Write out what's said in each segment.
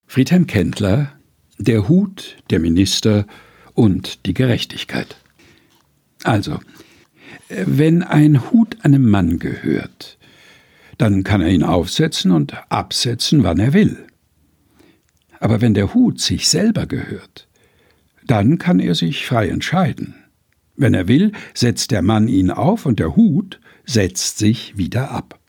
Friedhelm Kendler, der Hut, der Minister und die Gerechtigkeit. Also, wenn ein Hut einem Mann gehört, dann kann er ihn aufsetzen und absetzen, wann er will. Aber wenn der Hut sich selber gehört, dann kann er sich frei entscheiden. Wenn er will, setzt der Mann ihn auf und der Hut setzt sich wieder ab.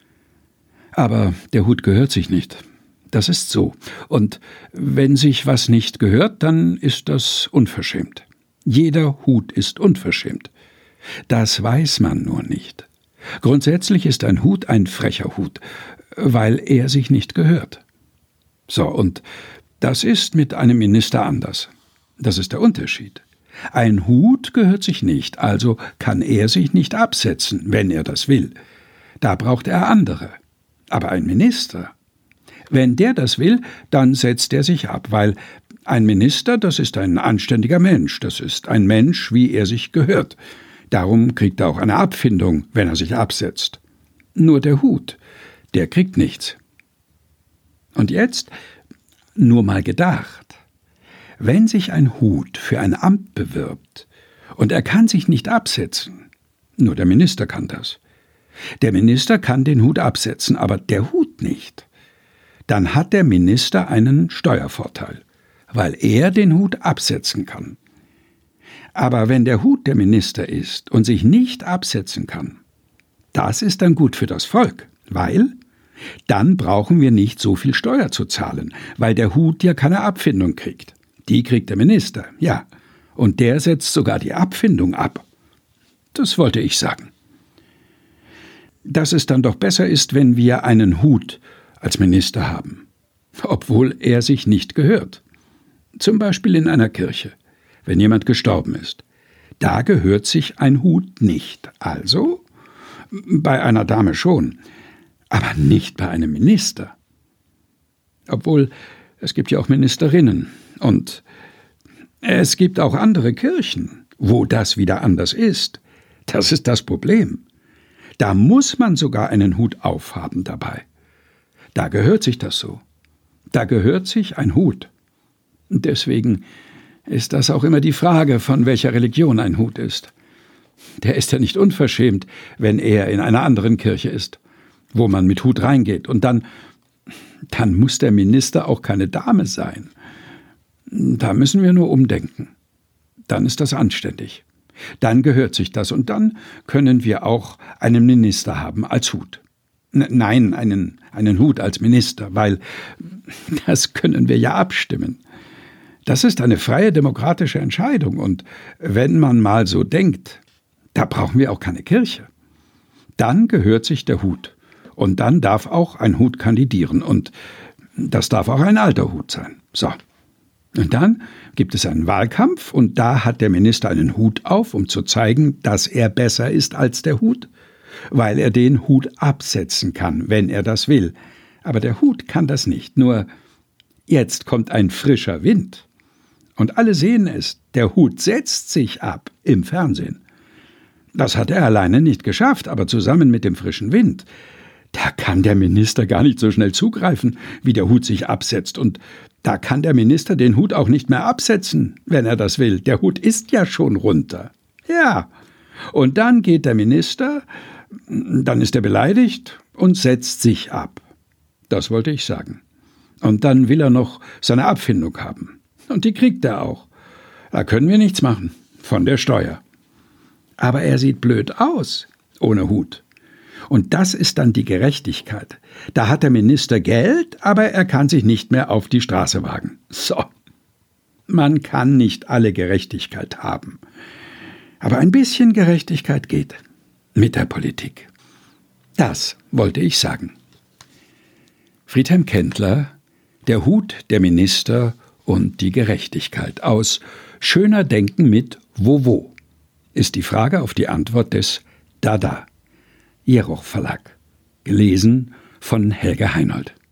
Aber der Hut gehört sich nicht. Das ist so. Und wenn sich was nicht gehört, dann ist das unverschämt. Jeder Hut ist unverschämt. Das weiß man nur nicht. Grundsätzlich ist ein Hut ein frecher Hut, weil er sich nicht gehört. So, und das ist mit einem Minister anders. Das ist der Unterschied. Ein Hut gehört sich nicht, also kann er sich nicht absetzen, wenn er das will. Da braucht er andere. Aber ein Minister, wenn der das will, dann setzt er sich ab, weil ein Minister, das ist ein anständiger Mensch, das ist ein Mensch, wie er sich gehört. Darum kriegt er auch eine Abfindung, wenn er sich absetzt. Nur der Hut, der kriegt nichts. Und jetzt nur mal gedacht, wenn sich ein Hut für ein Amt bewirbt und er kann sich nicht absetzen, nur der Minister kann das. Der Minister kann den Hut absetzen, aber der Hut nicht. Dann hat der Minister einen Steuervorteil, weil er den Hut absetzen kann. Aber wenn der Hut der Minister ist und sich nicht absetzen kann, das ist dann gut für das Volk, weil dann brauchen wir nicht so viel Steuer zu zahlen, weil der Hut ja keine Abfindung kriegt. Die kriegt der Minister, ja, und der setzt sogar die Abfindung ab. Das wollte ich sagen. Dass es dann doch besser ist, wenn wir einen Hut als Minister haben, obwohl er sich nicht gehört. Zum Beispiel in einer Kirche, wenn jemand gestorben ist. Da gehört sich ein Hut nicht. Also bei einer Dame schon, aber nicht bei einem Minister. Obwohl, es gibt ja auch Ministerinnen und es gibt auch andere Kirchen, wo das wieder anders ist. Das ist das Problem. Da muss man sogar einen Hut aufhaben dabei. Da gehört sich das so. Da gehört sich ein Hut. Und deswegen ist das auch immer die Frage, von welcher Religion ein Hut ist. Der ist ja nicht unverschämt, wenn er in einer anderen Kirche ist, wo man mit Hut reingeht. Und dann muss der Minister auch keine Dame sein. Da müssen wir nur umdenken. Dann ist das anständig. Dann gehört sich das und dann können wir auch einen Minister haben als Hut. Nein, einen Hut als Minister, weil das können wir ja abstimmen. Das ist eine freie demokratische Entscheidung und wenn man mal so denkt, da brauchen wir auch keine Kirche. Dann gehört sich der Hut und dann darf auch ein Hut kandidieren und das darf auch ein alter Hut sein. So. Und dann gibt es einen Wahlkampf und da hat der Minister einen Hut auf, um zu zeigen, dass er besser ist als der Hut, weil er den Hut absetzen kann, wenn er das will. Aber der Hut kann das nicht, nur jetzt kommt ein frischer Wind. Und alle sehen es, der Hut setzt sich ab im Fernsehen. Das hat er alleine nicht geschafft, aber zusammen mit dem frischen Wind. Da kann der Minister gar nicht so schnell zugreifen, wie der Hut sich absetzt. Und da kann der Minister den Hut auch nicht mehr absetzen, wenn er das will. Der Hut ist ja schon runter. Ja. Und dann geht der Minister, dann ist er beleidigt und setzt sich ab. Das wollte ich sagen. Und dann will er noch seine Abfindung haben. Und die kriegt er auch. Da können wir nichts machen von der Steuer. Aber er sieht blöd aus, ohne Hut. Und das ist dann die Gerechtigkeit. Da hat der Minister Geld, aber er kann sich nicht mehr auf die Straße wagen. So. Man kann nicht alle Gerechtigkeit haben. Aber ein bisschen Gerechtigkeit geht. Mit der Politik. Das wollte ich sagen. Friedhelm Kendler, der Hut, der Minister und die Gerechtigkeit aus Schöner Denken mit Wo ist die Frage auf die Antwort des Dada. Jeroch Verlag. Gelesen von Helge Heinold.